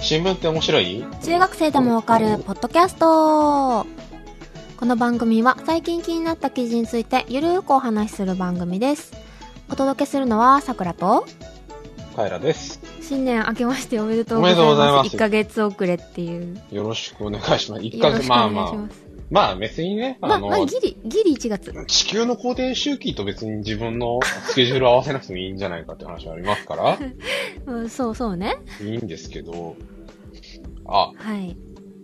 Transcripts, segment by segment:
新聞って面白い？ 中学生でもわかるポッドキャスト。この番組は最近気になった記事についてゆるーくお話しする番組です。お届けするのはさくらとカエラです。 新年明けましておめでとうございます。1ヶ月遅れっていう。 よろしくお願いします。1ヶ月、まあ別にね、 ギリ1月。 地球の公転周期と別に自分のスケジュールを合わせなくてもいいんじゃないかって話はありますから。 うん、そうね。 いいんですけど、 はい。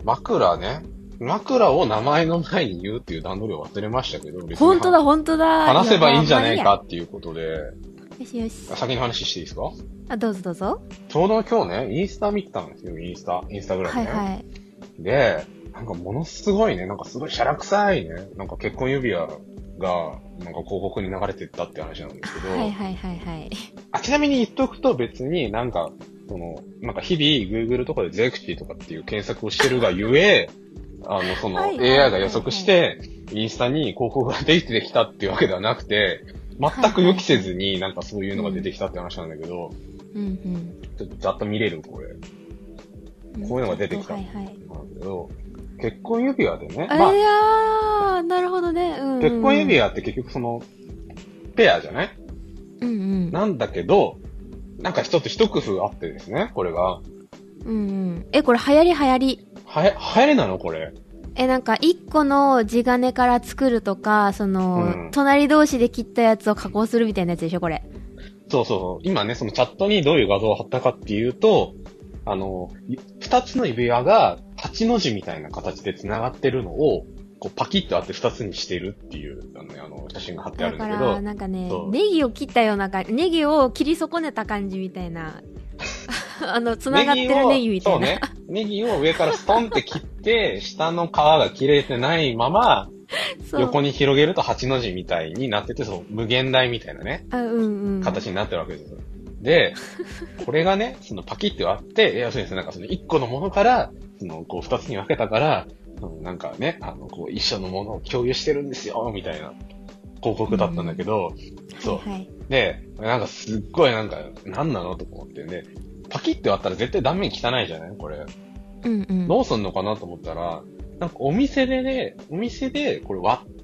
枕を名前の前に言うっていう段取りを忘れましたけど、 本当だ。 話せばいいんじゃないかっていうことで、 よし。 先に話していいですか？ どうぞ。 ちょうど今日ね、インスタ見てたんですよ、インスタグラムね。はい。で、なんかものすごいね、なんかすごいシャラ臭いね、なんか結婚指輪が、なんか広告に流れてったって話なんですけど。 はい。 ちなみに言っとくと別になんか日々 Google とかでゼクシーとかっていう検索をしてるがゆえ、AI が予測して、インスタに広告が出てきたっていうわけではなくて、全く予期せずになんかそういうのが出てきたって話なんだけど、ちょっとざっと見れるこれ。こういうのが出てきたんだけど、結婚指輪でね。 なるほどね。 結婚指輪って結局ペアじゃない？なんだけど、なんか一工夫あってですね、これが。 これ流行り。 流行りなのこれ。 なんか一個の地金から作るとか、隣同士で切ったやつを加工するみたいなやつでしょ、これ。 そう。今ね、そのチャットにどういう画像を貼ったかっていうと、二つの指輪が8の字みたいな形で繋がってるのを、こうパキッとあって二つにしてるっていう、写真が貼ってあるんだけど。 だからなんかね、ネギを切ったようなネギを切り損ねた感じみたいな。繋がってるネギみたいな。 そうね。ネギを上からストンって切って、下の皮が切れてないまま、横に広げると8の字みたいになってて、無限大みたいなね。形になってるわけですよ。で、これがね、パキッて割って、要するになんか1個のものから、こう2つに分けたから、なんかね、こう一緒のものを共有してるんですよ、みたいな広告だったんだけど、で、なんかすっごいなんか、なんなのと思ってね、パキッて割ったら絶対断面汚いじゃないこれ。どうすんのかなと思ったら、なんかお店でこれ割って、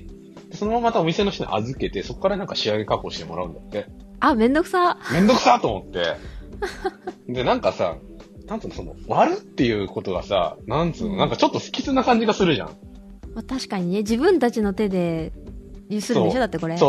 そのまままたお店の人に預けて、そこからなんか仕上げ加工してもらうんだって。 めんどくさと思って。で、なんかさ、なんつうの、割るっていうことがさ、なんつうの、なんかちょっと不吉な感じがするじゃん。確かにね、自分たちの手でするんでしょだってこれ。 そう。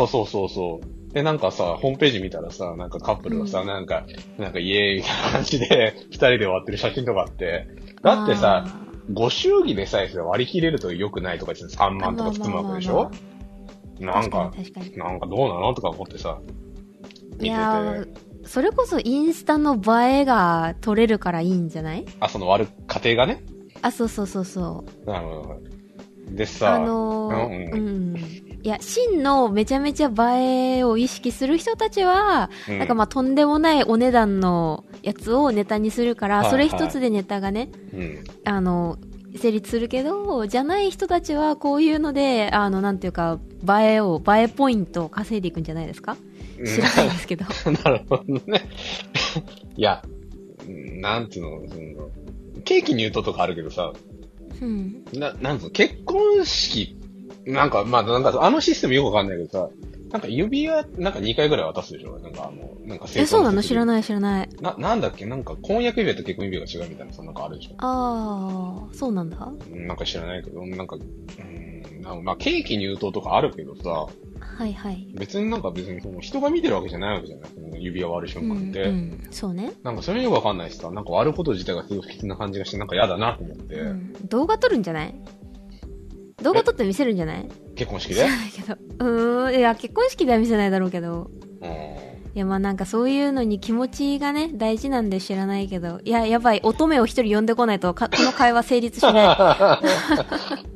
で、なんかさ、ホームページ見たらさ、なんかカップルがさ、なんかイエーイみたいな感じで、二人で割ってる写真とかあって、だってさ、ご祝儀でさえ割り切れると良くないとか言って3万とか包むわけでしょ？なんかどうなのとか思ってさ、見てて。いやそれこそインスタの映えが撮れるからいいんじゃない？ 割る過程がね。 そう。 なるほど。でさ、 いや、真のめちゃめちゃ映えを意識する人たちは、なんかとんでもないお値段のやつをネタにするから、それ一つでネタがね、成立するけど、じゃない人たちはこういうので、なんていうか、映えポイントを稼いでいくんじゃないですか？知らないですけど。 なるほどね。いや、なんつうの、ケーキ入刀とかあるけどさ、なんつうの、結婚式、なんかシステムよくわかんないけどさ、なんか指輪、なんか2回ぐらい渡すでしょ？なんかそうなの？知らない。 なんだっけ？なんか婚約指輪と結婚指輪が違うみたいな、なんかあるでしょ？ そうなんだ。 なんか知らないけど、なんか、ケーキ入刀とかあるけどさ、別に人が見てるわけじゃないわけじゃない？指輪割る瞬間って。 そうね。 なんかそれよくわかんないしさ、なんか割ること自体がすごい不吉な感じがして、なんか嫌だなと思って。 動画撮るんじゃない？動画撮って見せるんじゃない？ 結婚式で？ いや、結婚式では見せないだろうけど。いや、なんかそういうのに気持ちがね、大事なんで知らないけど。いや、やばい、乙女を一人呼んでこないと、この会話成立しない。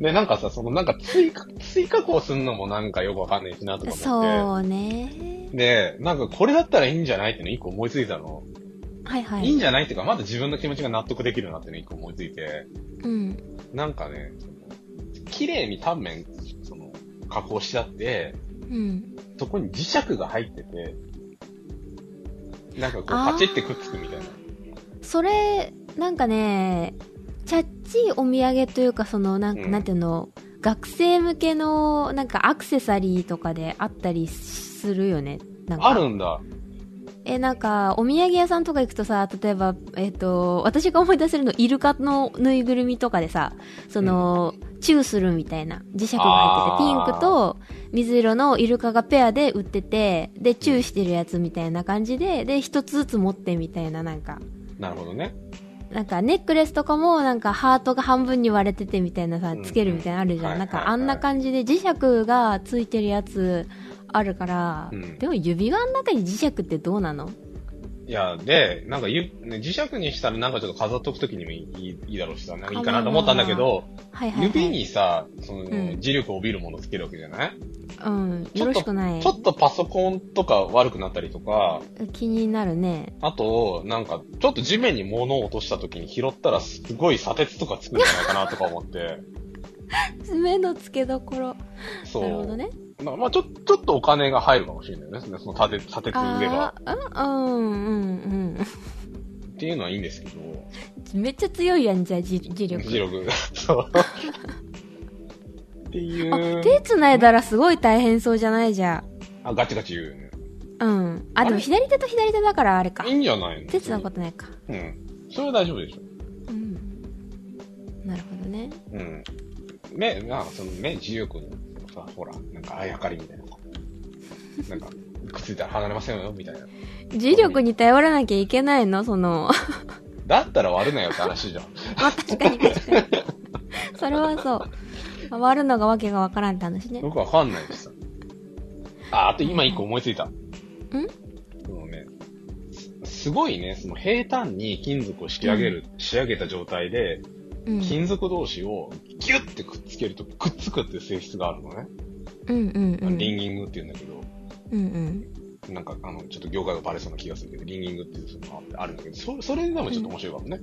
で、なんかさ、なんか追加工すんのもなんかよくわかんないしなとか思って。 そうね。 で、なんかこれだったらいいんじゃないっての一個思いついたの。いいんじゃないっていうか、まだ自分の気持ちが納得できるなっての一個思いついて。なんかね、綺麗に単面、加工してあって、そこに磁石が入ってて、なんかこうパチってくっつくみたいな。 それなんかね、チャッチーお土産というか、なんていうの、学生向けの、なんかアクセサリーとかであったりするよね。なんかあるんだ。 なんか、お土産屋さんとか行くとさ、例えば、私が思い出せるの、イルカのぬいぐるみとかでさ、チューするみたいな磁石が入ってて、ピンクと水色のイルカがペアで売ってて、で、チューしてるやつみたいな感じで、で、一つずつ持ってみたいな、なんか。 なるほどね。 なんか、ネックレスとかも、なんか、ハートが半分に割れててみたいなさ、つけるみたいなのあるじゃん。なんか、あんな感じで磁石がついてるやつ、あるから、でも指輪の中に磁石ってどうなの？ いや、で、なんか磁石にしたらなんかちょっと飾っとくときにもいいだろうしさ、なんかいいかなと思ったんだけど、指にさ、磁力を帯びるものつけるわけじゃない？ うん、よろしくない。 ちょっとパソコンとか悪くなったりとか、 気になるね。 あと、なんか、ちょっと地面に物を落としたときに拾ったらすごい砂鉄とかつくんじゃないかなとか思って。 爪の付けどころ。 そう。 なるほどね。 まあちょっとお金が入るかもしれないよね。その砂鉄売れば。っていうのはいいんですけど。 めっちゃ強いやんじゃあ、磁力。 磁力。そう。っていう。 手繋いだらすごい大変そうじゃないじゃん。 ガチガチ言うよね。 うん。でも左手と左手だからあれか。 いいんじゃないの？ 手繋ぐことないか。 うん。それは大丈夫でしょ。 うん。なるほどね。 うん。磁力のさ、ほら、なんか、あやかりみたいなさ。なんか、くっついたら離れませんよ、みたいな。 磁力に頼らなきゃいけないの？ だったら割るなよって話じゃん。 まあ、確かに。それはそう。割るのがわけがわからんって話ね。 僕わかんないですさ。あと今一個思いついた。すごいね、平坦に金属を仕上げた状態で、金属同士をギュッてくっつけるとくっつくっていう性質があるのね。リンギングって言うんだけど、なんかちょっと業界がバレそうな気がするけど、リンギングっていうのがあるんだけど、それでもちょっと面白いかもね。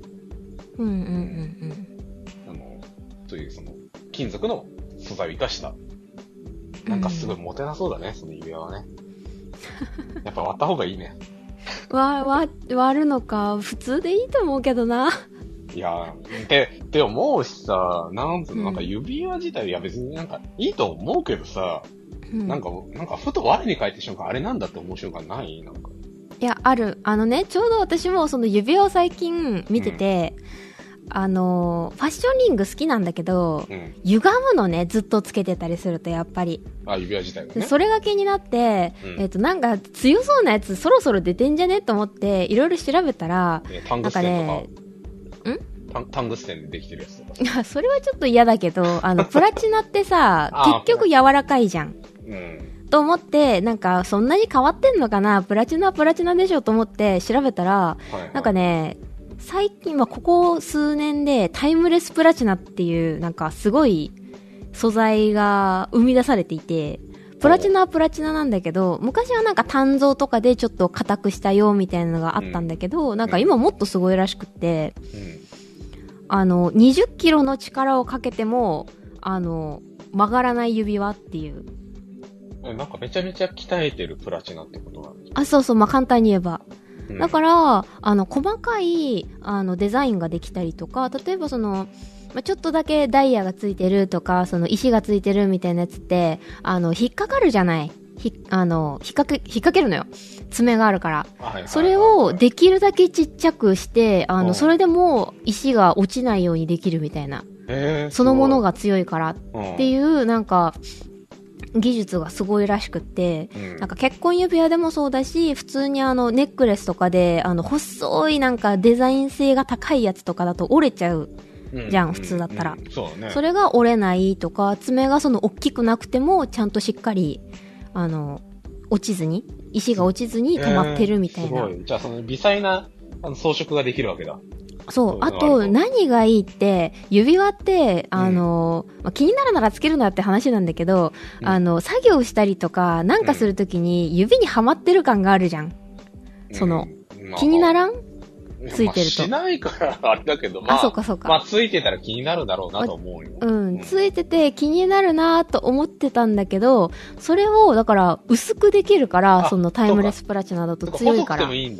そういう金属の素材を生かした。なんかすごいモテなそうだね、その指輪はね。やっぱ割った方がいいね。 割るのか、普通でいいと思うけどな。 いやって思うしさ、なんか指輪自体、いや別になんかいいと思うけどさ、なんかふと我に返って瞬間あれなんだって思う瞬間ないなんか。 いや、ある。ちょうど私もその指輪を最近見てて、ファッションリング好きなんだけど、歪むのね、ずっとつけてたりするとやっぱり。 指輪自体がね。 それが気になって、なんか強そうなやつそろそろ出てんじゃねと思って、いろいろ調べたら、 なんかね、タングステンでできてるやつとか。 いや、それはちょっと嫌だけど、プラチナってさ、結局柔らかいじゃん。と思って、なんか、そんなに変わってんのかな？プラチナはプラチナでしょと思って調べたら、なんかね、最近はここ数年でタイムレスプラチナっていう、なんかすごい素材が生み出されていて、プラチナはプラチナなんだけど、昔はなんか鍛造とかでちょっと硬くしたよみたいなのがあったんだけど、なんか今もっとすごいらしくって、20キロの力をかけても、曲がらない指輪っていう。 なんかめちゃめちゃ鍛えてるプラチナってことなんですか？ そうそう、まあ、簡単に言えば。だから、細かい、デザインができたりとか、例えばちょっとだけダイヤがついてるとか、石がついてるみたいなやつって、引っかかるじゃない？引っ掛けるのよ。爪があるから。それをできるだけちっちゃくして、それでも石が落ちないようにできるみたいな。そのものが強いからっていう、なんか、技術がすごいらしくって、なんか結婚指輪でもそうだし、普通にネックレスとかで、細いなんかデザイン性が高いやつとかだと折れちゃうじゃん、普通だったら。 そうね。 それが折れないとか、爪が大きくなくても、ちゃんとしっかり、落ちずに、石が落ちずに止まってるみたいな。 すごい。じゃあ微細な装飾ができるわけだ。 そう。あと、何がいいって、指輪って、気になるならつけるなって話なんだけど、作業したりとか、なんかするときに指にはまってる感があるじゃん。気にならん？ついてると。 しないからあれだけど、 そうかそうか。 まあ、ついてたら気になるだろうなと思うよ。 ついてて気になるなと思ってたんだけど、それを、だから、薄くできるから、タイムレスプラチナだと強いから。 細くてもいいんだ。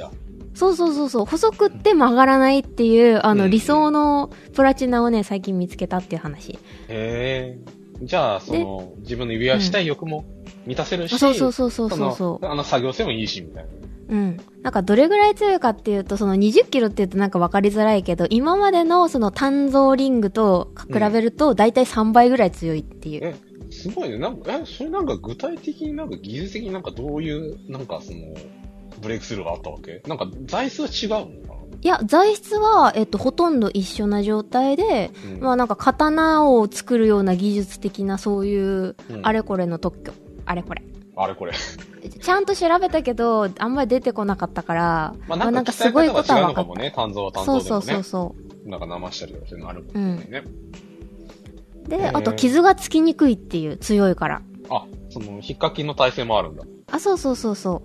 そうそうそうそう、細くって曲がらないっていう、理想のプラチナをね、最近見つけたっていう話。 じゃあ、自分の指輪したい欲も満たせるし、 そうそうそうそうそう。 作業性もいいし、みたいな。 うん。なんかどれぐらい強いかっていうと、20キロって言うとなんか分かりづらいけど、今までの鍛造リングと比べると、だいたい3倍ぐらい強いっていう。 すごいね。それなんか具体的になんか技術的になんかどういう、なんかブレイクスルーがあったわけ？なんか材質は違うのかな？ いや、材質は、ほとんど一緒な状態で、まあなんか刀を作るような技術的なそういう、あれこれの特許。あれこれ。 あれこれ。 ちゃんと調べたけど、あんまり出てこなかったから、 まあなんかすごいことは分かった。鍛造は鍛造でもね。そうそうそう。なんか生したりとかそういうのあるもんね。 で、あと傷がつきにくいっていう、強いから。 引っかきの耐性もあるんだ。 そうそうそうそう。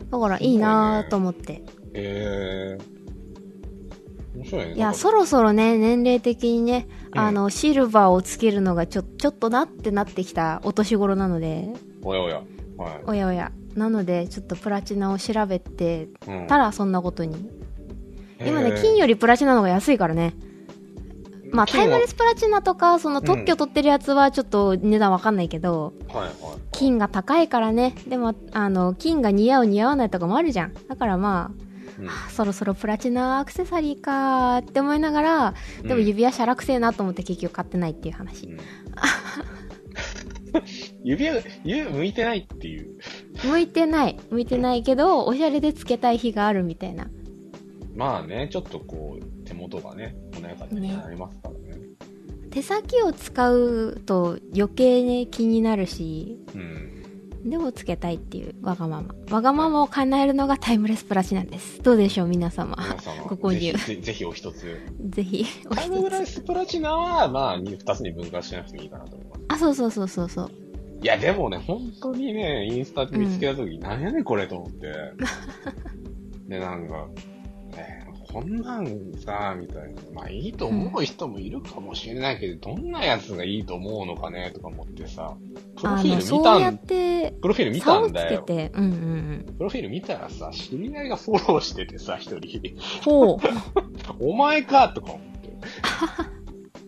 だからいいなぁと思って。 面白いね。 いや、そろそろね、年齢的にね、シルバーをつけるのがちょっとなってなってきたお年頃なので。 おやおや。はい。 おやおや。なので、ちょっとプラチナを調べてたらそんなことに。今ね、金よりプラチナの方が安いからね。まあ、タイムレスプラチナとか、特許取ってるやつはちょっと値段わかんないけど、金が高いからね。でも、金が似合う似合わないとかもあるじゃん。だからまあ、そろそろプラチナアクセサリーかーって思いながら、でも指輪シャラくせえなと思って結局買ってないっていう話。 指輪向いてないっていう。 向いてないけど、おしゃれでつけたい日があるみたいな。 まあね、ちょっと手元がね、華やかになりますからね。 手先を使うと余計ね、気になるし、でもつけたいっていうわがままを叶えるのがタイムレスプラチナです。どうでしょう皆様ご購入ぜひお一つ。 ぜひお一つ。 タイムレスプラチナはまあ二つに分割しなくてもいいかなと思います。 そう。 いやでもね、本当にね、インスタで見つけた時、何やねんこれと思ってでなんかこんなんさ、みたいな。まあいいと思う人もいるかもしれないけど、どんなやつがいいと思うのかねとか思ってさ、プロフィール見たんだよ。プロフィール見たらさ、知り合いがフォローしててさ、一人。お前かとか思って。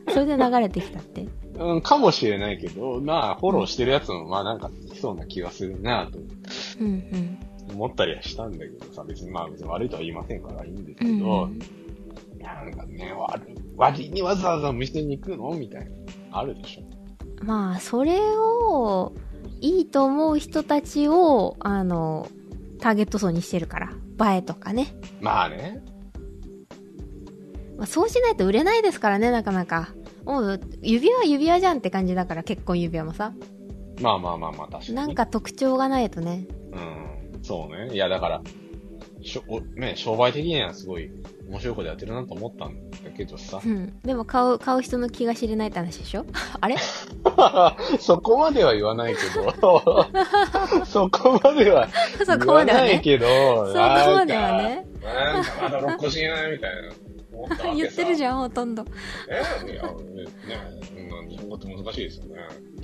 それで流れてきたって。 かもしれないけど、まあフォローしてるやつも、まあなんか好きそうな気がするなと思って。思ったりはしたんだけどさ、別に悪いとは言いませんからいいんですけど、なんかね、割にわざわざお店に行くのみたいな、あるでしょ。 まあ、それを、いいと思う人たちを、ターゲット層にしてるから。映えとかね。 まあね。 まあ、そうしないと売れないですからね、なかなか。もう、指輪は指輪じゃんって感じだから、結婚指輪もさ。 まあ、確かに。 なんか特徴がないとね。 そうね。いや、だから、商売的にはすごい面白いことやってるなと思ったんだけどさ。 でも買う人の気が知れないって話でしょあれそこまでは言わないけど。そこまでは言わないけど。 そこまではね。 なんかまだろっこしいな、みたいな。 言ってるじゃん、ほとんど。 いや、日本語って難しいですよね。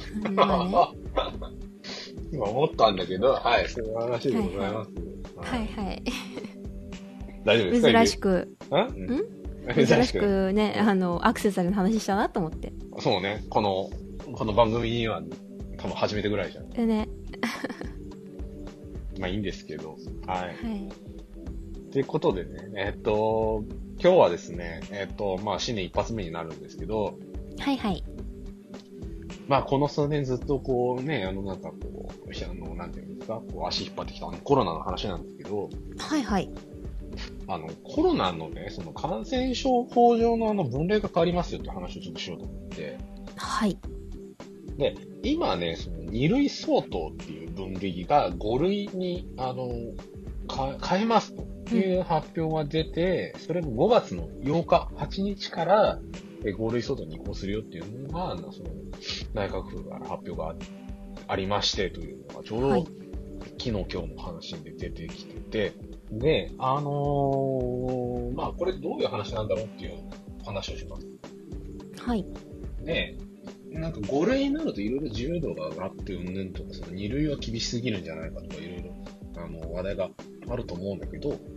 今思ったんだけど、はい、そういう話でございます。 はい。 大丈夫ですか？ 珍しく。珍しくね、アクセサリーの話したなと思って。 そうね、この番組には、多分初めてぐらいじゃん。 ね。 まあいいんですけど、はい。ということでね、今日はですね、まあ新年一発目になるんですけど、 はい。 まあこの数年ずっとなんかなんていうんですか、足引っ張ってきたコロナの話なんですけど、 はい。 コロナのね、その感染症法上の分類が変わりますよって話をちょっとしようと思って。 はい。 で、今ね、その2類相当っていう分類が5類に、変えますという発表が出て、それも5月の8日、8日から5類相当に移行するよっていうのが、その内閣府から発表がありましてというのがちょうど、昨日今日の話で出てきてて、で、まあこれどういう話なんだろうっていう話をします。 はい。 で、なんか5類になるといろいろ自由度が上がってうんぬんとか、その2類は厳しすぎるんじゃないかとかいろいろ話題があると思うんだけど、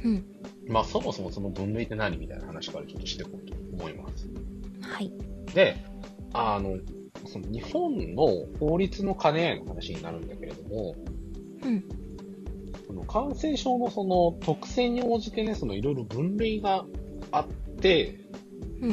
うん。 まあそもそもその分類って何みたいな話からちょっとしていこうと思います。 はい。 で、その日本の法律の兼ね合いの話になるんだけれども、 うん。 この感染症のその特性に応じてね、そのいろいろ分類があって、 うん。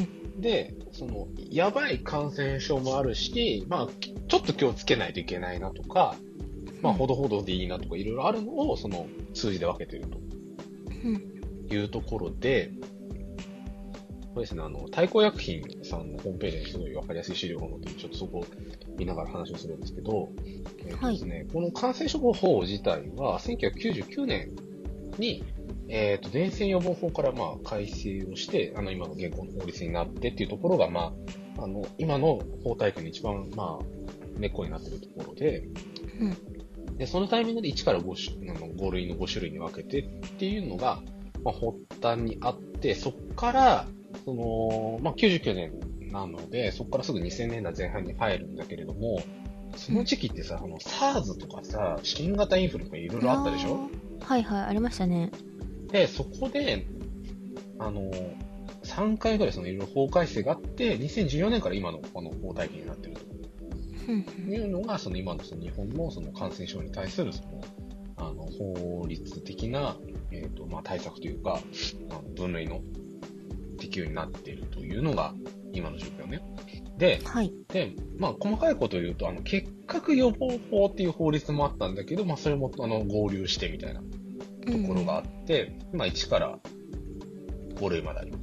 で、その、やばい感染症もあるし、まあ、ちょっと気をつけないといけないなとか、まあ、ほどほどでいいなとか、いろいろあるのを、その、数字で分けているというところで、そうですね、大幸薬品さんのホームページにすごい分かりやすい資料が載っていて、ちょっとそこを見ながら話をするんですけど、ですね、この感染症法自体は、1999年に、伝染予防法からまあ改正をして、今の現行の法律になってっていうところが、まあ、今の法体系の一番、まあ、根っこになっているところで、で、そのタイミングで1から5類の5種類に分けてっていうのが、まあ、発端にあって、そこから、まあ、99年なので、そこからすぐ2000年代前半に入るんだけれども、その時期ってさ、SARS とかさ、新型インフルとかいろいろあったでしょ？ はいはい、ありましたね。 で、そこで、3回ぐらいそのいろいろ法改正があって、2014年から今のこの法体系になっているというのが、その今のその日本のその感染症に対するその、法律的な、まあ、対策というか、分類の適用になっているというのが今の状況ね。で、 はい。 で、まあ、細かいことを言うと、結核予防法っていう法律もあったんだけど、まあ、それも、合流してみたいなところがあって、まあ、1から5類まであります。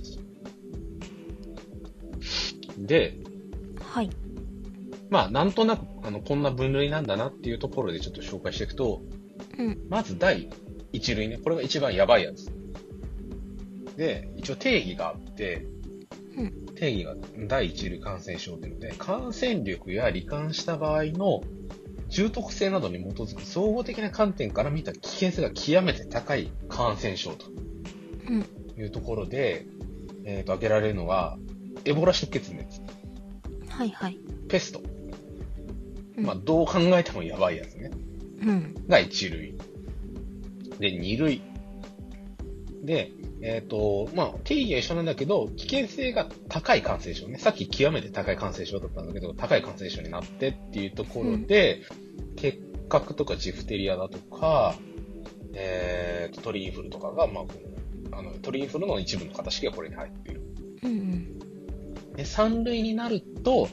で、 はい。 まあ、なんとなく、こんな分類なんだなっていうところでちょっと紹介していくと、まず第1類ね。これが一番やばいやつ。で、一応定義があって、定義が第1類感染症というので、感染力や罹患した場合の重篤性などに基づく総合的な観点から見た危険性が極めて高い感染症というところで、挙げられるのが、エボラ出血熱。 はいはい。 ペスト。まあ、どう考えてもやばいやつね。が1類。で、2類。で、まあ、定義は一緒なんだけど、危険性が高い感染症ね。さっき極めて高い感染症だったんだけど、高い感染症になってっていうところで、結核とかジフテリアだとか、鳥インフルとかが、まあ、鳥インフルの一部の型式がこれに入っている。で、3類になると、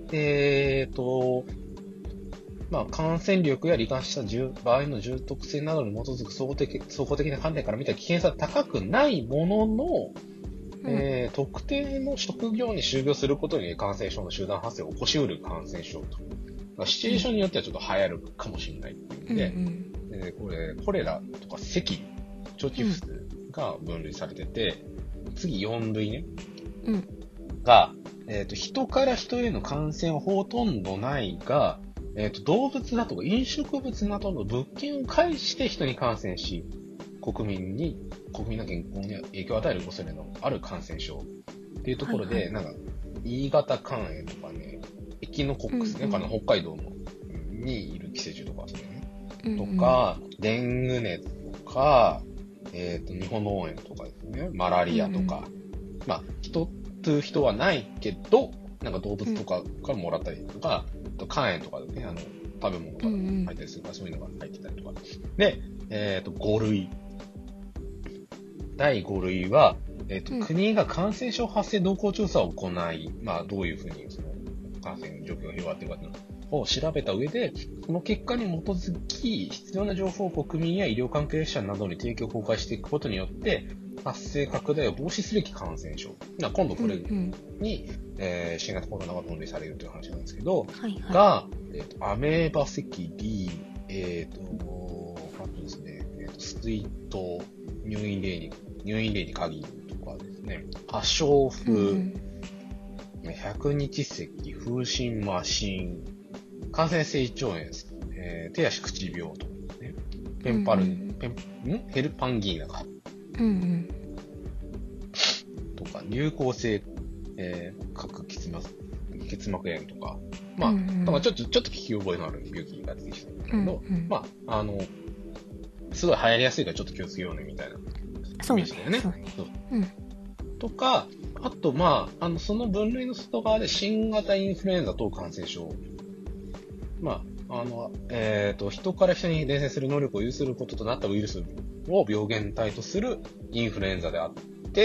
まあ、感染力や罹患した場合の重篤性などに基づく総合的な観点から見た危険性は高くないものの、特定の職業に就業することに感染症の集団発生を起こしうる感染症と。まあ、シチュエーションによってはちょっと流行るかもしれないっていうんで、コレラとか赤痢、腸チフスが分類されてて、次4類ね。が、人から人への感染はほとんどないが、動物だとか飲食物などの物件を介して人に感染し、国民の健康に影響を与える恐れのある感染症っていうところで、なんか、E 型肝炎とかね、エキノコックスね、北海道にいる寄生虫とかですね、とか、デング熱とか、日本脳炎とかですね、マラリアとか、まあ、人はないけど、なんか動物とかからもらったりとか、肝炎とかでね、食べ物が入ったりするから、そういうのが入ってたりとか。で、5類。第5類は、国が感染症発生動向調査を行い、まあ、どういうふうにその感染状況が広がっているかというのを調べた上で、その結果に基づき、必要な情報を国民や医療関係者などに提供公開していくことによって、発生拡大を防止すべき感染症。今度これに、新型コロナが分類されるという話なんですけど、が、アメーバ赤痢、あとですね、水痘、入院例に限るとかですね、破傷風、百日赤、風疹麻疹、感染性胃腸炎、手足口病とかね、ヘルパンギーナか。とか、流行性、核結膜炎とか、まあ、だからちょっと聞き覚えのある病気が出てきたんだけど、まあ、すごい流行りやすいからちょっと気をつけようね、みたいなイメージだよね。 そうね。そう。うん。 とか、あと、まあ、その分類の外側で新型インフルエンザ等感染症。まあ、人から人に伝染する能力を有することとなったウイルスを病原体とするインフルエンザであって、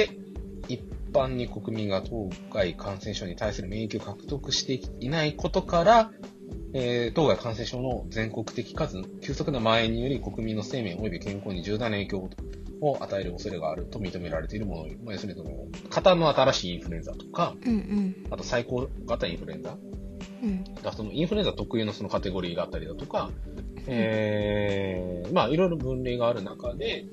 一般に国民が当該感染症に対する免疫を獲得していないことから、当該感染症の全国的かつ急速な蔓延により国民の生命及び健康に重大な影響を与える恐れがあると認められているもの、まあ、要するに型の新しいインフルエンザとか、 うんうん、 あと最高型インフルエンザ、うん、だそのインフルエンザ特有のそのカテゴリーがあったりだとか、まあいろいろ分類がある中で、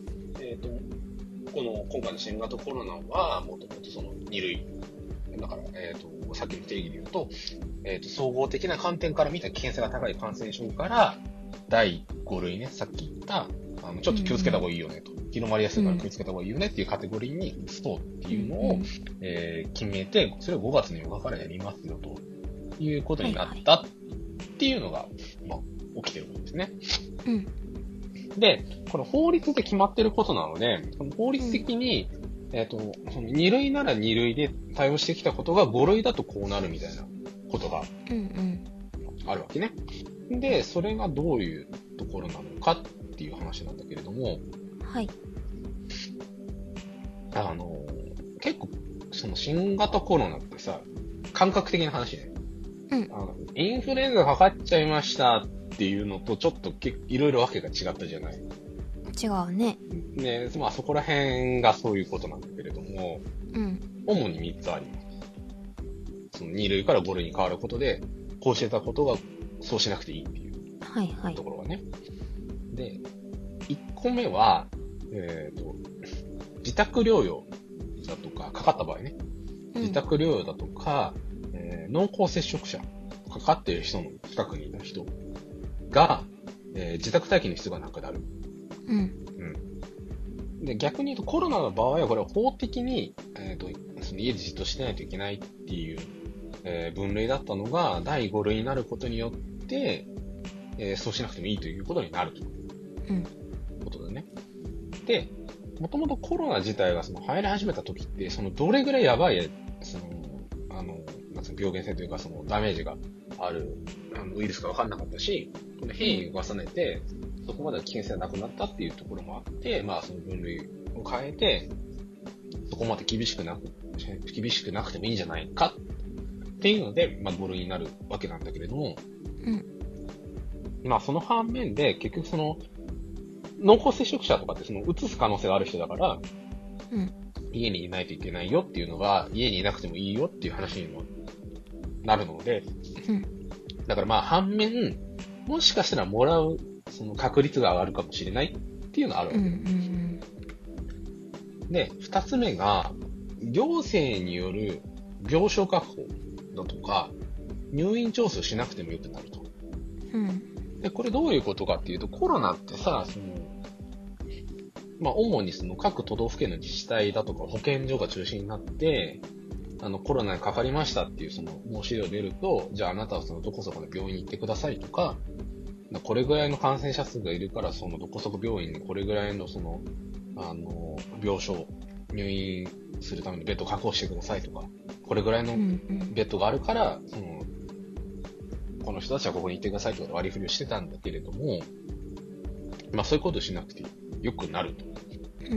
今回の新型コロナはもともとその2類だから、さっきの定義で言うと、総合的な観点から見た危険性が高い感染症から、第5類ね、さっき言った、ちょっと気をつけた方がいいよねと、広まりやすいから気をつけた方がいいよねっていうカテゴリーに移そうっていうのを、決めて、それを5月の4日からやりますよということになったっていうのが、まあ、起きてるわけですね。 うん。 で、この法律で決まってることなので、その法律的に、その2類なら2類で対応してきたことが5類だとこうなるみたいなことがあるわけね。で、それがどういうところなのかっていう話なんだけれども、 はい。 結構、その新型コロナってさ、感覚的な話ね。 うん。 インフルエンザかかっちゃいましたっていうのとちょっといろいろわけが違ったじゃない。 違うね。 ね、まあそこら辺がそういうことなんだけれども、 うん。 主に3つあります。その2類から5類に変わることで、こうしてたことがそうしなくていいっていうところがね。で、1個目は、自宅療養だとか、かかった場合ね。自宅療養だとか、濃厚接触者、かかっている人の近くにいた人が、自宅待機の必要がなくなる。 うん。 うん。で、逆に言うとコロナの場合はこれは法的に、その家でじっとしてないといけないっていう、分類だったのが第5類になることによって、そうしなくてもいいということになると。 うん。 ことだね。で、もともとコロナ自体がその流行り始めた時って、そのどれぐらいやばい、その、病原性というかそのダメージがあるウイルスが分かんなかったし、この変異を重ねて、そこまで危険性がなくなったっていうところもあって、まあその分類を変えて、そこまで厳しくなくてもいいんじゃないかっていうので、まあ5類になるわけなんだけれども、 うん。 まあその反面で結局その濃厚接触者とかってその移す可能性がある人だから、 うん。 家にいないといけないよっていうのが、家にいなくてもいいよっていう話にもなるので、 うん。 だからまあ反面、もしかしたらもらうその確率が上がるかもしれないっていうのがあるわけ。で、二つ目が、行政による病床確保だとか、入院調整しなくてもよくなると。 うん。 で、これどういうことかっていうと、コロナってさ、まあ、主にその各都道府県の自治体だとか保健所が中心になって、コロナにかかりましたっていうその申し出を出ると、じゃああなたはそのどこそこの病院に行ってくださいとか、これぐらいの感染者数がいるからそのどこそこ病院にこれぐらいのその、病床、入院するためのベッドを確保してくださいとか、これぐらいのベッドがあるから、この人たちはここに行ってくださいとか割り振りをしてたんだけれども、まあそういうことをしなくてよくなると。 うん。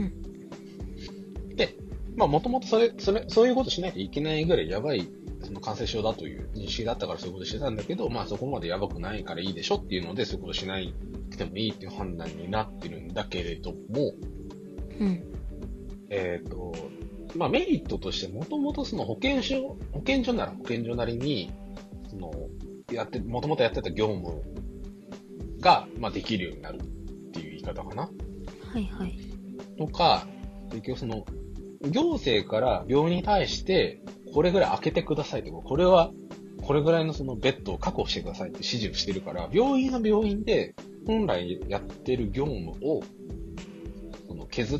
で、まあもともとそういうことしないといけないぐらいやばいその感染症だという認識だったからそういうことしてたんだけど、まあそこまでやばくないからいいでしょっていうので、そういうことしないくてもいいっていう判断になってるんだけれども、 うん。 まあメリットとしてもともとその保健所なら保健所なりに、もともとやってた業務が、まあできるようになるっていう言い方かな。 はいはい。 とか、結局その、行政から病院に対して、これぐらい開けてくださいとか、これぐらいのそのベッドを確保してくださいって指示をしてるから、病院は病院で本来やってる業務を削って、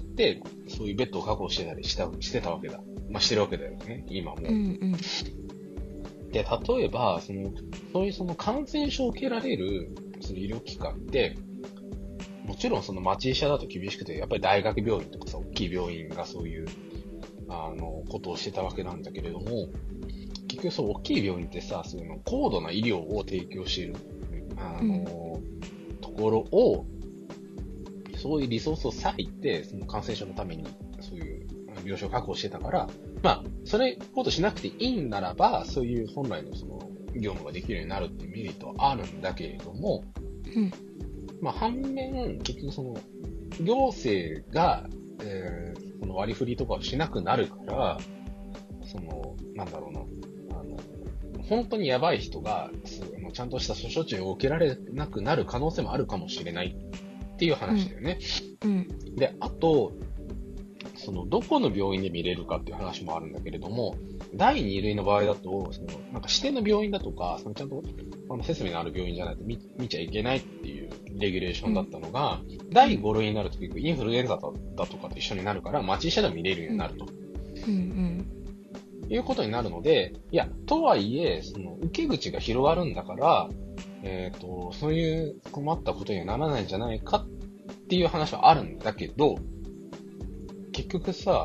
そういうベッドを確保してたりしてたわけだ。まあしてるわけだよね、今も。 うんうん。 で、例えば、そういうその感染症を受けられるその医療機関って、 もちろんその町医者だと厳しくて、やっぱり大学病院とかさ、大きい病院がそういう、ことをしてたわけなんだけれども、結局そう、大きい病院ってさ、そういうの、高度な医療を提供している、ところを、そういうリソースを割いて、その感染症のために、そういう病床を確保してたから、まあ、それことしなくていいんならば、そういう本来のその、業務ができるようになるっていうメリットはあるんだけれども、まあ、反面、結局その、行政が、その割り振りとかをしなくなるから、その、なんだろうな、本当にやばい人が、ちゃんとした処置を受けられなくなる可能性もあるかもしれないっていう話だよね。で、あと、その、どこの病院で見れるかっていう話もあるんだけれども、第2類の場合だと、その、なんか指定の病院だとか、そのちゃんと、設備のある病院じゃないと見ちゃいけないっていうレギュレーションだったのが、第5類になると結構インフルエンザだとかと一緒になるから、町医者でも見れるようになると。いうことになるので、いや、とはいえ、その、受け口が広がるんだから、そういう困ったことにはならないんじゃないかっていう話はあるんだけど、結局さ、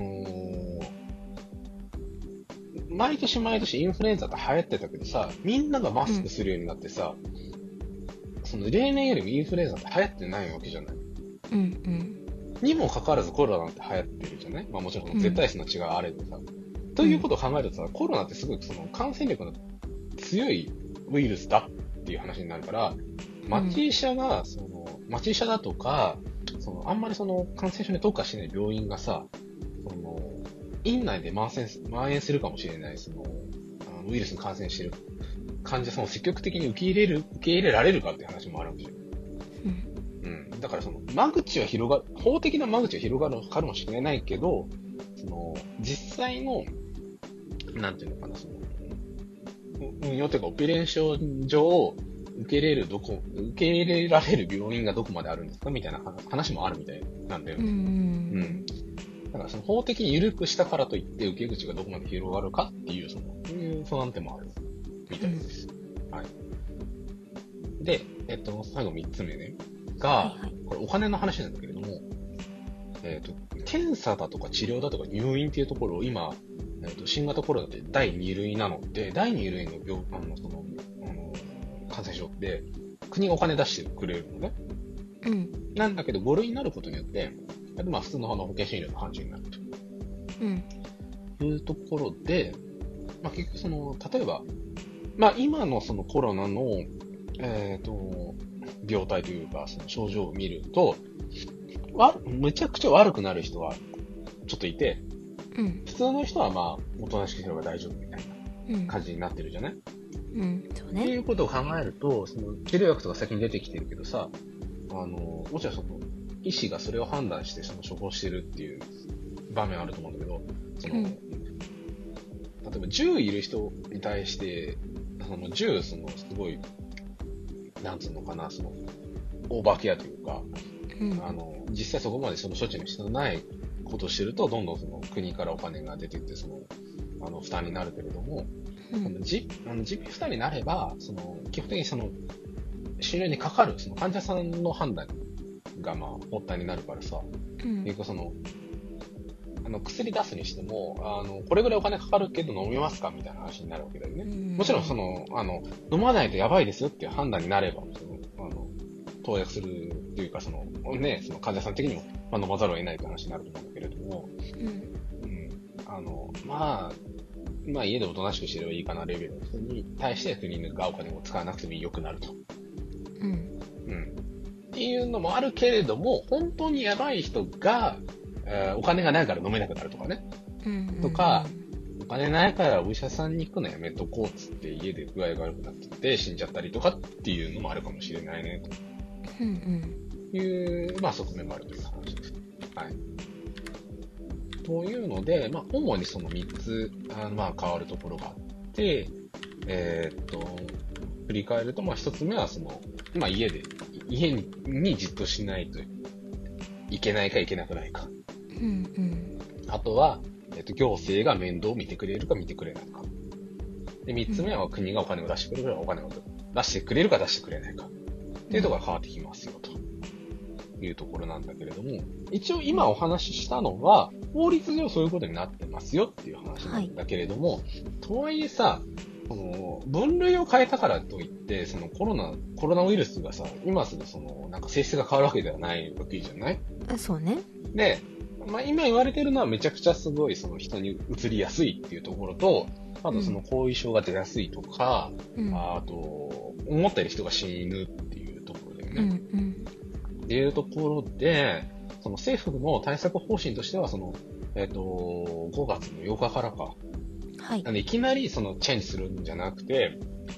毎年毎年インフルエンザって流行ってたけどさ、みんながマスクするようになってさ、その例年よりもインフルエンザって流行ってないわけじゃない。にもかかわらずコロナって流行ってるじゃない。まあもちろん絶対数の違いはあれどさ。ということを考えるとさ、コロナってすごいその感染力の強いウイルスだっていう話になるから、町医者が、その、町医者だとか、その、あんまりその感染症に特化してない病院がさ、その、院内で蔓延するかもしれない、その、ウイルスに感染している患者さんを積極的に受け入れられるかっていう話もあるんですよ。だからその、法的な間口は広がるかもしれないけど、その、実際の、なんていうのかな、その、運用というかオペレーション上、受け入れられる病院がどこまであるんですかみたいな話もあるみたいなんだよね。だからその法的に緩くしたからといって受け口がどこまで広がるかっていう、そういう不安点もあるみたいです。はい。で、最後3つ目ね。これお金の話なんだけれども、検査だとか治療だとか入院っていうところを今、新型コロナって第2類なので、第2類の感染症って、国がお金出してくれるのね。なんだけど、5類になることによって、まあ普通の保険診療の範疇になると。いうところで、まあ結局その、例えば、まあ今のそのコロナの、病態というか、その症状を見ると、むちゃくちゃ悪くなる人はちょっといて、普通の人はまあ、おとなしくしてれば大丈夫みたいな感じになってるじゃない？ そうね。 っていうことを考えると、その治療薬とか先に出てきてるけどさ、もちろんその、医師がそれを判断してその処方してるっていう場面あると思うんだけど、その、例えば10いる人に対して、10、すごい、なんつうのかな、オーバーケアというか、実際そこまでその処置の必要のないことをしてると、どんどんその国からお金が出てって、負担になるけれども、実費負担になれば、基本的に診療にかかる、患者さんの判断が、まあ、発端になるからさ、結構薬出すにしても、これぐらいお金かかるけど飲みますかみたいな話になるわけだよね。もちろん飲まないとやばいですよっていう判断になれば、投薬するというか、患者さん的にも、まあ、飲まざるを得ないという話になると思うんだけれども、まあ家でおとなしくしてればいいかなレベルの人に対して国がお金を使わなくても良くなると。っていうのもあるけれども、本当にやばい人が、お金がないから飲めなくなるとかね。とか、お金ないからお医者さんに行くのやめとこうっつって家で具合が悪くなってて死んじゃったりとかっていうのもあるかもしれないねという、まあ側面もあるという話です。はい。というので、まあ主にその3つまあ変わるところがあって、振り返ると、まあ1つ目はまあ家にじっとしないといけないかいけなくないか。あとは、行政が面倒を見てくれるか見てくれないか。で、3つ目は国がお金を出してくれるかお金を出してくれるか出してくれないか。っていうところが変わってきますよと。 いうところなんだけれども、一応今お話ししたのは、法律上そういうことになってますよっていう話なんだけれども、とはいえさ、分類を変えたからといって、そのコロナウイルスがさ、今すぐなんか性質が変わるわけではないわけじゃない？ そうね。 で、まあ今言われてるのはめちゃくちゃすごい人に移りやすいっていうところと、あと後遺症が出やすいとか、あと、思ったより人が死ぬっていうところだよね。っていうところで、政府の対策方針としては、5月の8日からか。 はい。 いきなりチェンジするんじゃなくて、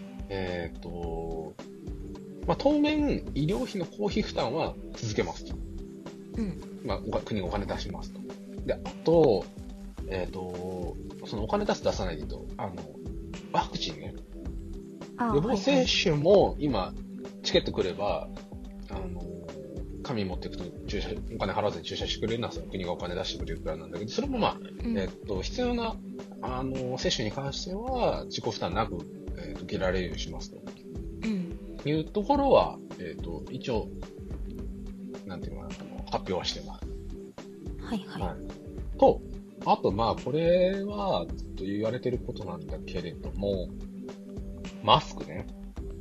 まあ、当面、医療費の公費負担は続けますと。まあ、国がお金出しますと。で、あと、お金出さないと、ワクチンね。予防接種も今、チケットくれば、紙持っていくとお金払わずに注射してくれるのは国がお金出してくれるくらいなんだけど、それもまあ、必要な、接種に関しては自己負担なく、受けられるようにしますと。いうところは、一応、なんていうのかな、発表はしてます。 はい。 と、あとまあ、これはずっと言われてることなんだけれども、マスクね。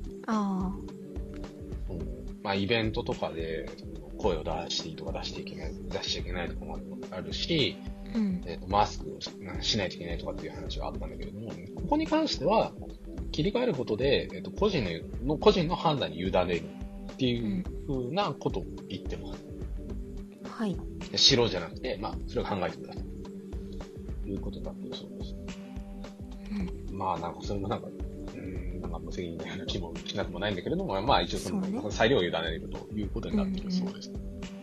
まあ、イベントとかで声を出していいとか出しちゃいけないとかもあるし、マスクをしないといけないとかっていう話はあったんだけれども、ここに関しては、切り替えることで、個人の判断に委ねるっていう風なことを言ってます。 はい。 しろじゃなくて、まあ、それを考えてください。ということだってそうです。まあ、なんか、それもなんか無責任なような気もしなくもないんだけれども、まあ一応裁量を委ねるということになっているそうです。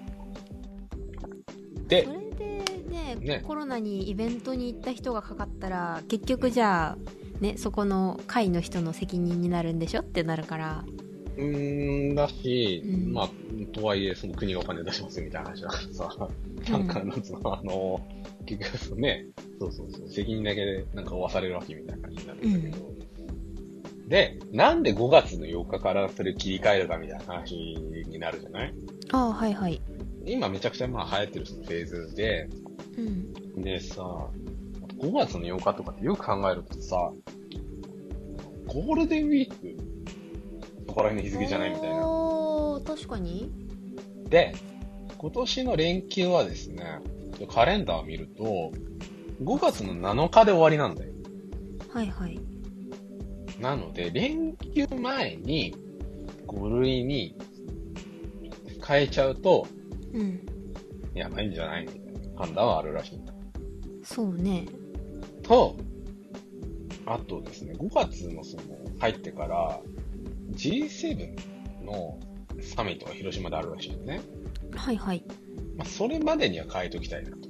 で、 それでね、コロナにイベントに行った人がかかったら、結局じゃあ、ね、そこの会の人の責任になるんでしょってなるから。 だし、まあ、とはいえ、国がお金出しますみたいな話だからさ、なんか、結局ね、そう、責任だけでなんか負わされるわけみたいな感じになるんだけど、で、なんで5月の8日からそれ切り替えるかみたいな話になるじゃない？ はい。 今めちゃくちゃまあ流行ってるフェーズで、でさ、5月の8日とかってよく考えるとさ、ゴールデンウィークそこら辺の日付じゃないみたいな。 確かに。 で、今年の連休はですね、カレンダーを見ると、5月の7日で終わりなんだよ。 はい。 なので、連休前に5類に変えちゃうと、やばいんじゃないみたいな判断はあるらしいんだ。 そうね。 と、あとですね、5月の入ってから G7 のサミットが広島であるらしいんだね。 はい。 まあ、それまでには変えておきたいなと。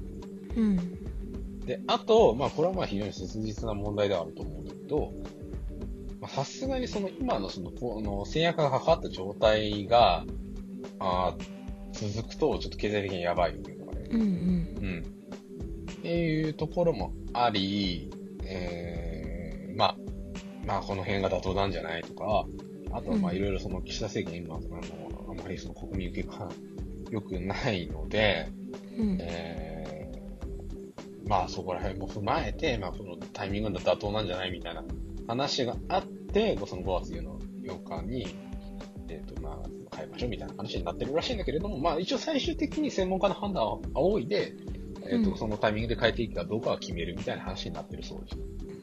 で、あと、まあ、これはまあ非常に切実な問題ではあると思うんだけど、さすがに今の制約がかかった状態が、続くとちょっと経済的にやばいよねとかね。っていうところもあり、まあこの辺が妥当なんじゃないとか、あとはまあいろいろ岸田政権今、あまり国民受けが良くないので、まあそこら辺も踏まえて、まあこのタイミングが妥当なんじゃないみたいな話があって、その5月の8日に、まあ、変えましょうみたいな話になってるらしいんだけれども、まあ一応最終的に専門家の判断を仰いで、そのタイミングで変えていくかどうかは決めるみたいな話になってるそうです。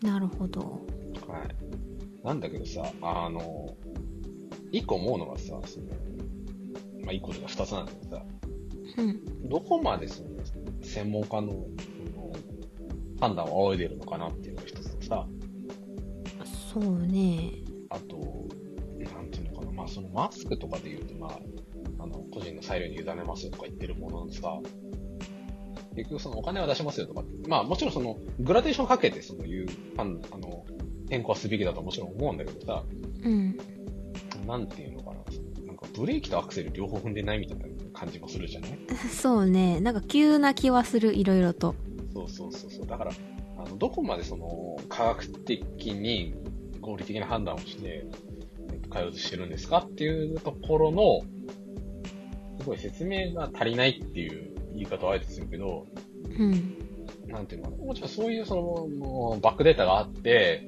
なるほど。 はい。なんだけどさ、一個思うのはさ、まあ一個とか二つなんだけどさ、どこまで専門家の判断を仰いでるのかなっていうのが一つとさ、 そうね。 あと、なんていうのかな、まあマスクとかで言うと、まあ、個人の裁量に委ねますよとか言ってるもののさ、結局お金は出しますよとかって、まあもちろんグラデーションかけて変更はすべきだとはもちろん思うんだけどさ、なんていうのかな、なんかブレーキとアクセル両方踏んでないみたいな感じもするじゃない？ そうね、なんか急な気はする、いろいろと。 そう。だから、どこまで科学的に合理的な判断をして、変えようとしてるんですかっていうところの、 すごい説明が足りないっていう言い方をあえてするけど、 うん。 なんていうのかな。もちろんそういうバックデータがあって、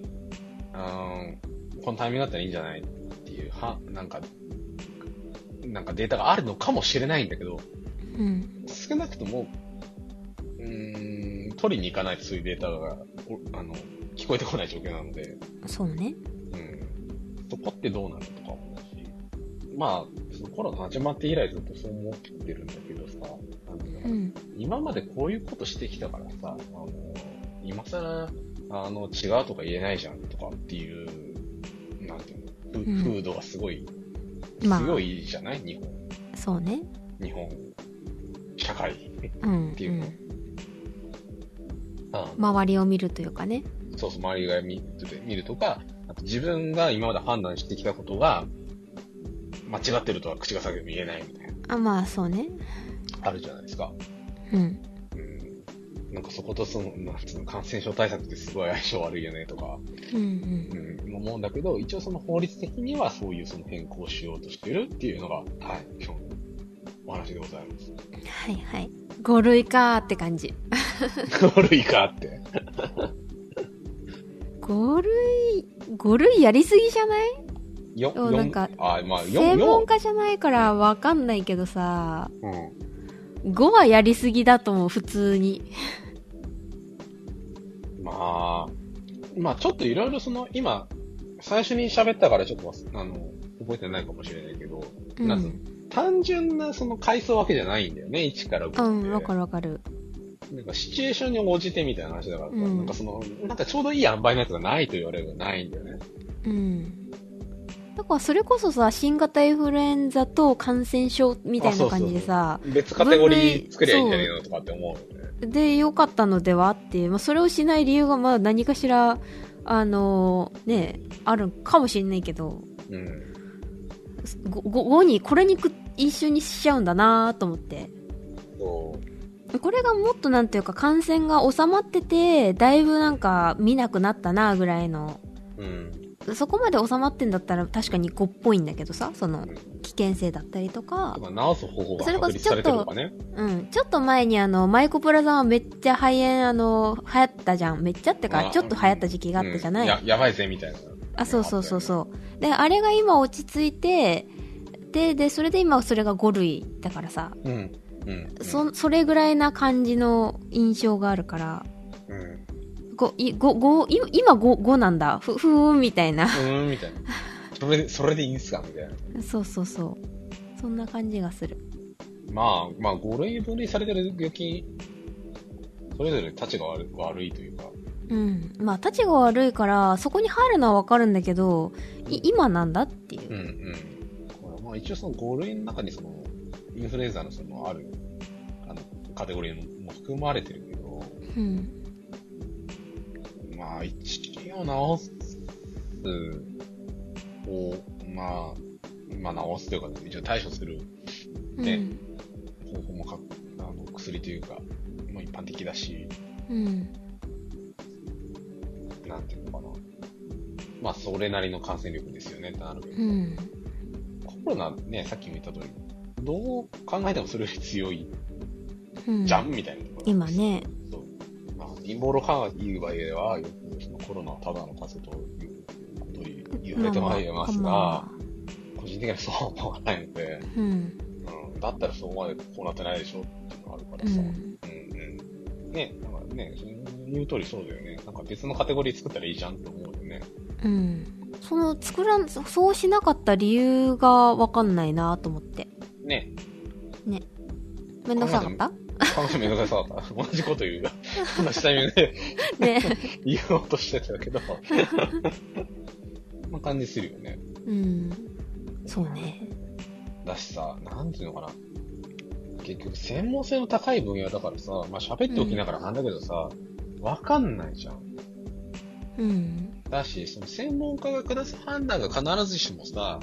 このタイミングだったらいいんじゃないっていう、なんかデータがあるのかもしれないんだけど、 うん。 少なくとも、取りに行かないとそういうデータが、聞こえてこない状況なので。 そうね。 そこってどうなるとか思うし。まあ、そのコロナ始まって以来ずっとそう思ってるんだけどさ、今までこういうことしてきたからさ、今更、違うとか言えないじゃんとかっていう、なんていうの、風土がすごい、強いじゃない、日本。 そうね。 日本、社会っていうの。 周りを見るというかね。 そうそう、周りが見るとか、あと自分が今まで判断してきたことが、間違ってるとは口が裂けても言えないみたいな。 まあ、そうね。 あるじゃないですか。なんかそことなんつうの、感染症対策ってすごい相性悪いよねとか、思うんだけど、一応その法律的にはそういうその変更しようとしてるっていうのが、はい、今日のお話でございます。 はいはい。5類かーって感じ。 5類かって。 5類やりすぎじゃない？なんか、専門家じゃないからわかんないけどさ、5はやりすぎだと思う、普通に。 まあ、ちょっといろいろ今、最初に喋ったからちょっと、覚えてないかもしれないけど、単純な階層わけじゃないんだよね、1から5。 わかるわかる。 なんかシチュエーションに応じてみたいな話だからさ、なんかちょうどいい塩梅のやつがないと言われればないんだよね。 だからそれこそさ、新型インフルエンザと感染症みたいな感じでさ、 別カテゴリー作りゃいいんじゃねえのとかって思うよね。 で、良かったのではって、それをしない理由が何かしら、あるかもしれないけど、5に、これに一緒にしちゃうんだなと思って。これがもっとなんていうか感染が収まってて、だいぶなんか見なくなったなぐらいの、そこまで収まってんだったら確かに5っぽいんだけどさ、危険性だったりとか。 治す方法が確立されてるとかね。 ちょっと前にマイコプラザはめっちゃ肺炎流行ったじゃん。めっちゃってか、ちょっと流行った時期があったじゃない。 やばいぜみたいな。 そう。で、あれが今落ち着いて、で、それで今それが5類だからさ。それぐらいな感じの印象があるから、今5なんだ。ふーんみたいな。 みたいな。それでいいんすかみたいな。 そう。そんな感じがする。 まあ、5類分類されてる病気、それぞれ立ちが悪いというか。 まあ、立ちが悪いから、そこに入るのはわかるんだけど、今なんだっていう。 まあ、一応5類の中にインフルエンザのある、カテゴリーも含まれてるけど、まあ、一応治すを、まあ治すというか、一応対処する、ね、方法も薬というか、一般的だし、なんていうのかな。まあ、それなりの感染力ですよねってなるけど、コロナね、さっきも言った通り、どう考えてもそれより強いじゃん、みたいなところ。 今ね。 そう。まあ、陰謀論派が言う場合では、よくコロナはただの風邪ということを言われてまいりますが、個人的にはそうは思わないので、だったらそこまでこうなってないでしょっていうのがあるからさ。ね、なんかね、言う通りそうだよね。なんか別のカテゴリー作ったらいいじゃんって思うよね。 そうしなかった理由がわかんないなと思って。 ね。 めんどくさかった？ めんどくさかった。同じこと言うよ。同じタイミングで言おうとしてたけど。こんな感じするよね。 そうね。 だしさ、なんていうのかな。結局、専門性の高い分野だからさ、まあ喋っておきながらなんだけどさ、わかんないじゃん。だし、専門家が下す判断が必ずしもさ、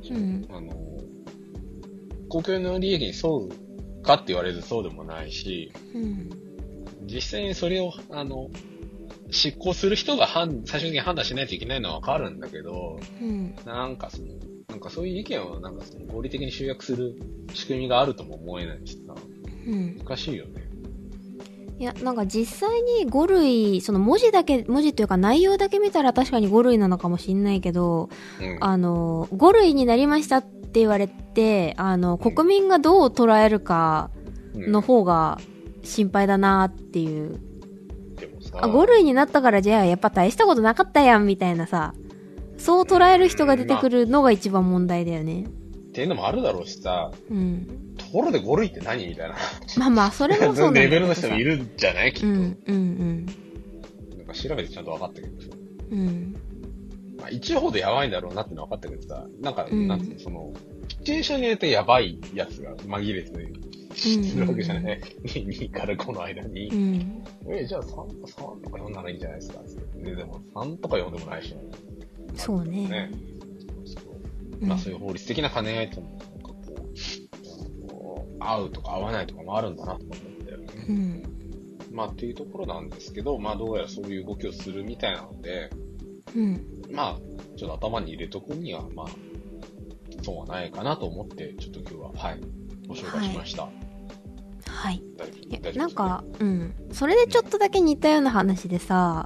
公共の利益に沿うかって言われるとそうでもないし、実際にそれを、執行する人が最終的に判断しないといけないのはわかるんだけど、なんかなんかそういう意見をなんかその合理的に集約する仕組みがあるとも思えないしさ、難しいよね。 いや、なんか実際に5類、その文字というか内容だけ見たら確かに5類なのかもしんないけど、5類になりましたって言われて、国民がどう捉えるかの方が心配だなっていう。 でもさ、 5類になったからじゃあやっぱ大したことなかったやんみたいなさ、そう捉える人が出てくるのが一番問題だよね。 っていうのもあるだろうしさ、ところで5類って何みたいな。 まあまあ、それもそうなんだけどさ。 レベルの人もいるんじゃないきっと。なんか調べてちゃんと分かったけどさ。まあ、一応ほどやばいんだろうなってのは分かったけどさ、なんか、なんていうの、その、シチュエーションによってやばいやつが紛れてするわけじゃない。2から5の間に。じゃあ3とか4ならいいんじゃないですか。でも3とか4でもないし。 そうね。 まあそういう法律的な兼ね合いとも、なんかこう、合うとか合わないとかもあるんだなと思って。まあっていうところなんですけど、まあどうやらそういう動きをするみたいなので、まあ、ちょっと頭に入れとくには、まあ、そうはないかなと思って、ちょっと今日は、はい、ご紹介しました。 はい。なんか、それでちょっとだけ似たような話でさ、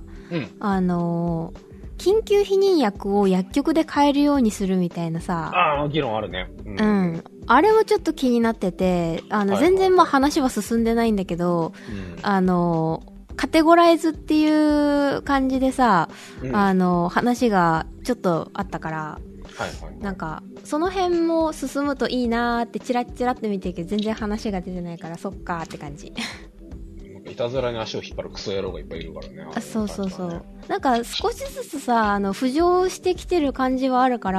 緊急避妊薬を薬局で買えるようにするみたいなさ。 議論あるね。 あれもちょっと気になってて、全然まあ話は進んでないんだけど、カテゴライズっていう感じでさ、話がちょっとあったから、なんか、その辺も進むといいなーってチラッチラって見てるけど、全然話が出てないから、そっかーって感じ。 いたずらに足を引っ張るクソ野郎がいっぱいいるからね。 そうそうそう。なんか少しずつさ、浮上してきてる感じはあるから、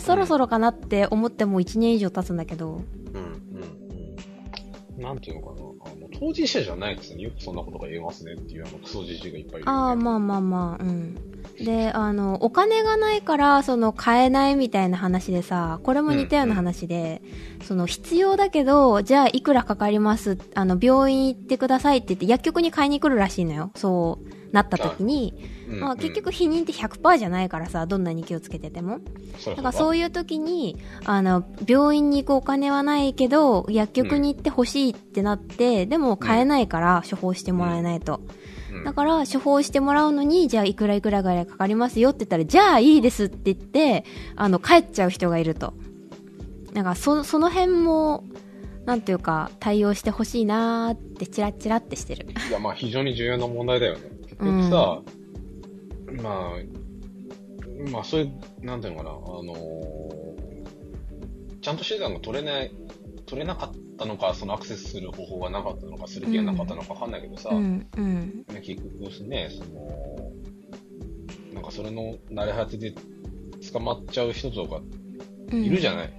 そろそろかなって思っても1年以上経つんだけど。 なんていうのかな。当事者じゃないくせによくそんなことが言えますねっていうクソじじいがいっぱいいる、ね。 まあまあまあ、で、お金がないから、買えないみたいな話でさ、これも似たような話で、必要だけど、じゃあいくらかかります、病院行ってくださいって言って、薬局に買いに来るらしいのよ。そうなった時に、結局避妊って 100% じゃないからさ、どんなに気をつけてても。だからそういう時に、病院に行くお金はないけど、薬局に行って欲しいってなって、でも買えないから処方してもらえないと。だから処方してもらうのに、じゃあいくらいくらぐらいかかりますよって言ったら、じゃあいいですって言って、帰っちゃう人がいると。なんかその辺も、なんていうか、対応してほしいなーってチラッチラってしてる。 いや、まあ非常に重要な問題だよね。結局さ、まあそういう、なんていうのかな、ちゃんと手段が取れなかったのか、そのアクセスする方法がなかったのか、する気がなかったのかわかんないけどさ、結局ね、なんかそれの慣れ果てで捕まっちゃう人とかいるじゃない。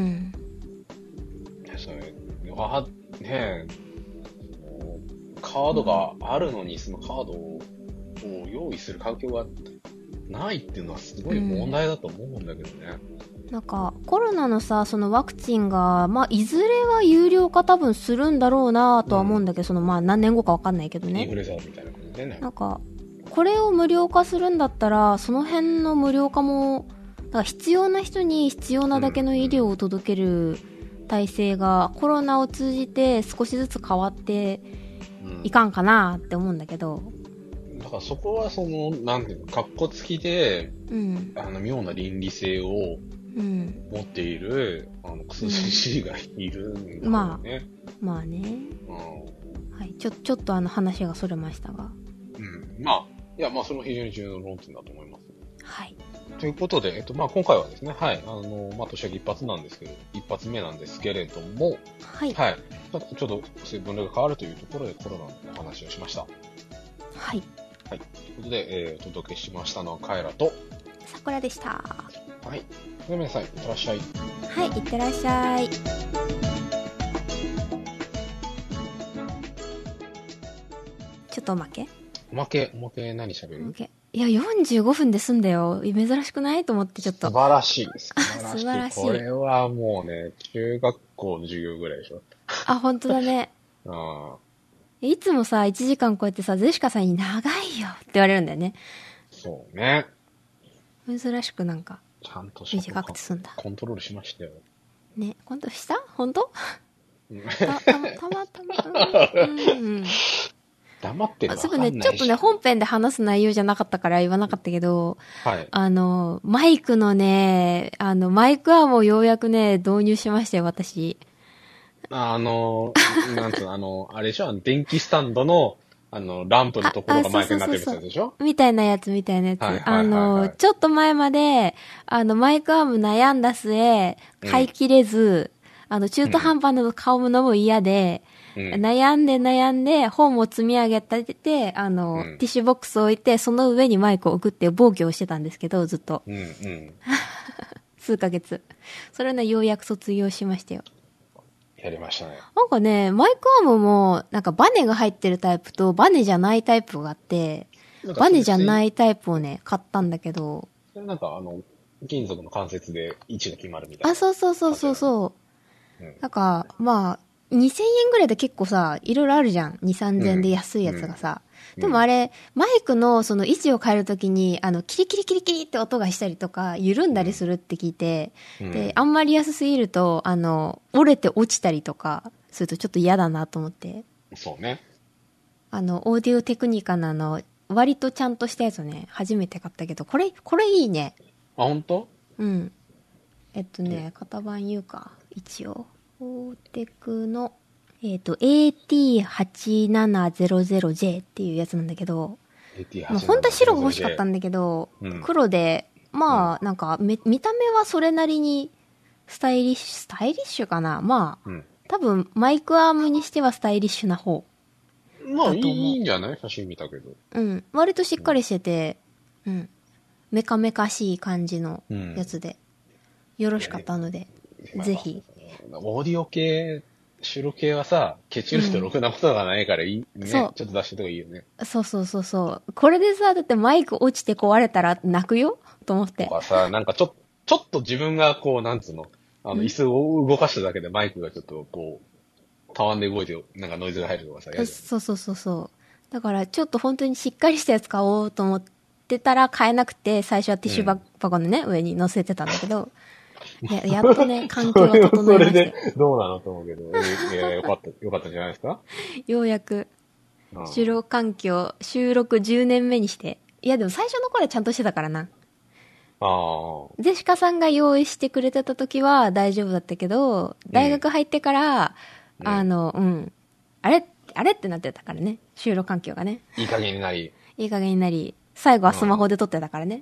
それね、カードがあるのにそのカードを用意する環境がないっていうのはすごい問題だと思うんだけどね。 なんかコロナのさ、そのワクチンがいずれは有料化多分するんだろうなとは思うんだけど、何年後かわかんないけどね。 インフルエンザみたいな感じでね。 なんかこれを無料化するんだったら、その辺の無料化もだから必要な人に必要なだけの医療を届ける体制がコロナを通じて少しずつ変わっていかんかなって思うんだけど。 だからそこはなんていうの、カッコつきで、妙な倫理性を持っている、クソじじいがいるんだよね。まあね。はい。ちょっと話がそれましたが。 いや、それも非常に重要な論点だと思います。 はい。 ということで、今回はですね、はい、年明け一発目なんですけれども、 はい。 はい。ちょっと分類が変わるというところでコロナのお話をしました。 はい。 はい。ということで、お届けしましたのはカエラと、 さくらでした。 はい。では皆さん、いってらっしゃい。 はい、いってらっしゃい。ちょっとおまけ何喋る？ いや、45分で済んだよ。珍しくないと思ってちょっと。 素晴らしいです。 素晴らしい。 これはもうね、中学校の授業ぐらいでしょ。 本当だね。いつもさ、1時間こうやってさ、ゼシカさんに長いよって言われるんだよね。 そうね。 珍しくなんか。 ちゃんと短くて済んだ。 コントロールしましたよ。 ね、コントした本当たまたま。 黙ってるわ。 すぐね、ちょっとね、本編で話す内容じゃなかったから言わなかったけど、 はい。 マイクのね、マイクアームをようやくね、導入しましたよ、私。 なんつうの、あれでしょ電気スタンドの、ランプのところがマイクになってるやつでしょみたいなやつ。ちょっと前まで、マイクアーム悩んだ末、買い切れず、中途半端なの買うのも嫌で、悩んで、本を積み上げて、ティッシュボックスを置いて、その上にマイクを置くっていう暴挙をしてたんですけど、ずっと。数ヶ月。それをね、ようやく卒業しましたよ。 やりましたね。 なんかね、マイクアームも、なんかバネが入ってるタイプと、バネじゃないタイプがあって、バネじゃないタイプをね、買ったんだけど。 なんか金属の関節で位置が決まるみたいな。 そう。なんか、まあ、2000円ぐらいで結構さ、いろいろあるじゃん。2、3000円で安いやつがさ。でもあれ、マイクのその位置を変えるときに、キリキリキリキリって音がしたりとか、緩んだりするって聞いて、で、あんまり安すぎると、折れて落ちたりとか、するとちょっと嫌だなと思って。 そうね。 オーディオテクニカの割とちゃんとしたやつをね、初めて買ったけど、これいいね。 あ、本当？ うん。型番言うか。一応。オーテクの、AT8700J っていうやつなんだけど、まあ、本当は白が欲しかったんだけど、黒で、まあ、なんか、見た目はそれなりにスタイリッシュかな。まあ、多分、マイクアームにしてはスタイリッシュな方。 まあ、いいんじゃない？写真見たけど。 割としっかりしてて、メカメカしい感じのやつで、よろしかったので、ぜひ。 オーディオ系、収録系はさ、ケチるとろくなことがないからいい、ね。ちょっと出してとかいいよね。 そう。これでさ、だってマイク落ちて壊れたら泣くよと思って。 とかさ、なんかちょっと自分がこう、なんつうの、椅子を動かしただけでマイクがちょっとこう、たわんで動いて、なんかノイズが入るとかさ、 そう。だからちょっと本当にしっかりしたやつ買おうと思ってたら買えなくて、最初はティッシュ箱のね、上に乗せてたんだけど、やっとね、環境が整いました。 それで、どうなのと思うけど、よかったんじゃないですか？ ようやく、収録10年目にして。いやでも最初の頃はちゃんとしてたからな。ジェシカさんが用意してくれてた時は大丈夫だったけど、大学入ってから、あれってなってたからね。収録環境がね。 いい加減になり、 最後はスマホで撮ってたからね。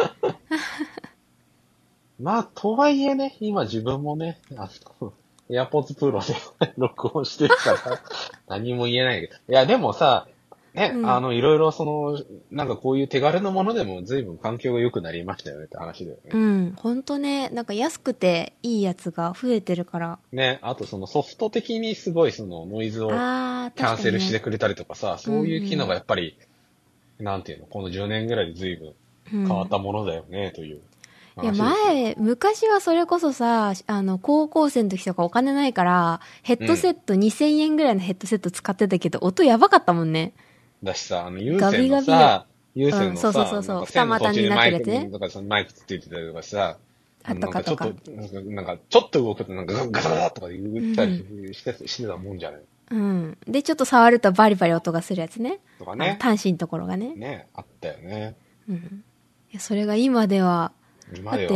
まあ、とはいえね、今自分もね、AirPods Pro で録音してるから、何も言えないけど。いや、でもさ、ね、いろいろなんかこういう手軽なものでも随分環境が良くなりましたよねって話だよね。 ほんとね、なんか安くていいやつが増えてるから。 ね、あとソフト的にすごいノイズをキャンセルしてくれたりとかさ、そういう機能がやっぱり、なんていうの、この10年ぐらいで随分変わったものだよね、という。 いや、昔はそれこそさ、高校生の時とかお金ないから、ヘッドセット2000円ぐらいのヘッドセット使ってたけど、音やばかったもんね。 だしさ、有線のさ、有線のさ、 そう。二股になってるやつね。 とかマイクつってたりとかさ、 なんかちょっと動くとなんかガサガサとか言ったりしてたもんじゃない。 で、ちょっと触るとバリバリ音がするやつね。 とかね。 端子のところがね。 ね、あったよね。 いや、それが今では、だって、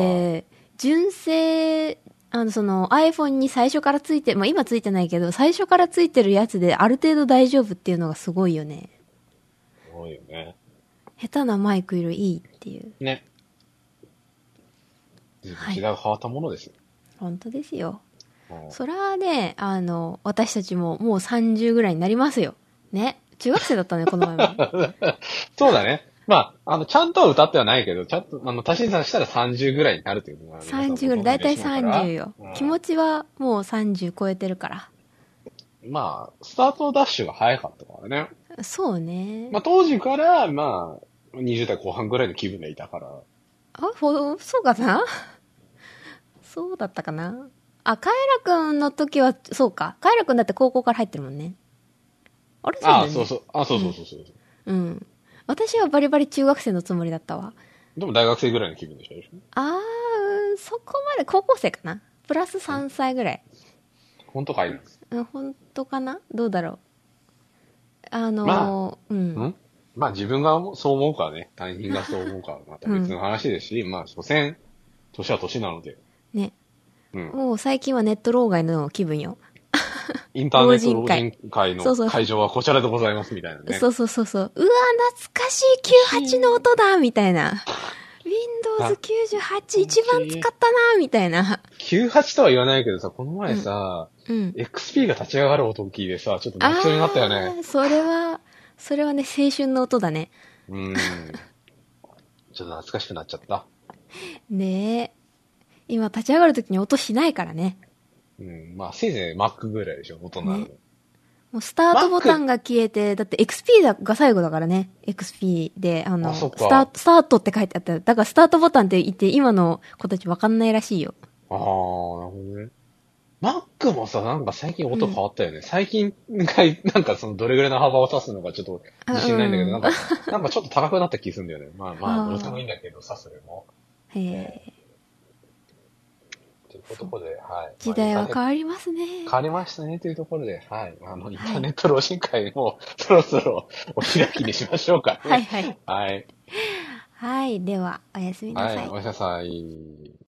純正、iPhone に最初からついて、まあ今ついてないけど、最初からついてるやつである程度大丈夫っていうのがすごいよね。 すごいよね。 下手なマイクよりいいっていう。 ね。違う変わったものですよ。 本当ですよ。それはね、私たちももう30ぐらいになりますよ。ね。中学生だったね、この前も。 そうだね。まあ、ちゃんとは歌ってはないけど、ちゃんと、足し算したら30ぐらいになるというのが。 30ぐらい、だいたい30よ。気持ちはもう30超えてるから。 まあ、スタートダッシュが早かったからね。 そうね。 まあ、当時から、まあ、20代後半ぐらいの気分でいたから。 そうかなそうだったかなカエラくんの時は、そうか。カエラくんだって高校から入ってるもんね。あれそうだよね。 そう。 うん。私はバリバリ中学生のつもりだったわ。 でも大学生ぐらいの気分でしょ。 そこまで、高校生かなプラス3歳ぐらい。 本当かいな。 本当かなどうだろう。 まあ自分がそう思うからね。他人がそう思うからまた別の話ですし、まあ所詮、年は年なので。 ね。もう最近はネット老害の気分よ。 インターネット老人会の会場はこちらでございますみたいなね。 そう。うわ、懐かしい98の音だみたいな。Windows 98一番使ったなみたいな。 98とは言わないけどさ、この前さ、XP が立ち上がる音聞いてさ、ちょっと泣きそうになったよね。 それはね、青春の音だね。 ちょっと懐かしくなっちゃった。 ねえ。今立ち上がるときに音しないからね。 まあせいぜい Mac ぐらいでしょ、音なるの。ね、 もうスタートボタンが消えて、だって XP が最後だからね。XP で、スタートって書いてあった。だからスタートボタンって言って今の子たちわかんないらしいよ。 なるほどね。Mac もさ、なんか最近音変わったよね。最近なんかそのどれぐらいの幅を指すのかちょっと自信ないんだけど、なんかちょっと高くなった気するんだよね。まあ、どうでもいいんだけどさ、それも。 へえ。 というところで、はい。 時代は変わりますね。 変わりましたね、というところで、はい。インターネット老人会も、そろそろお開きにしましょうか、ね。 はい。 はい。 はい。では、おやすみなさい。 はい、おやすみなさい。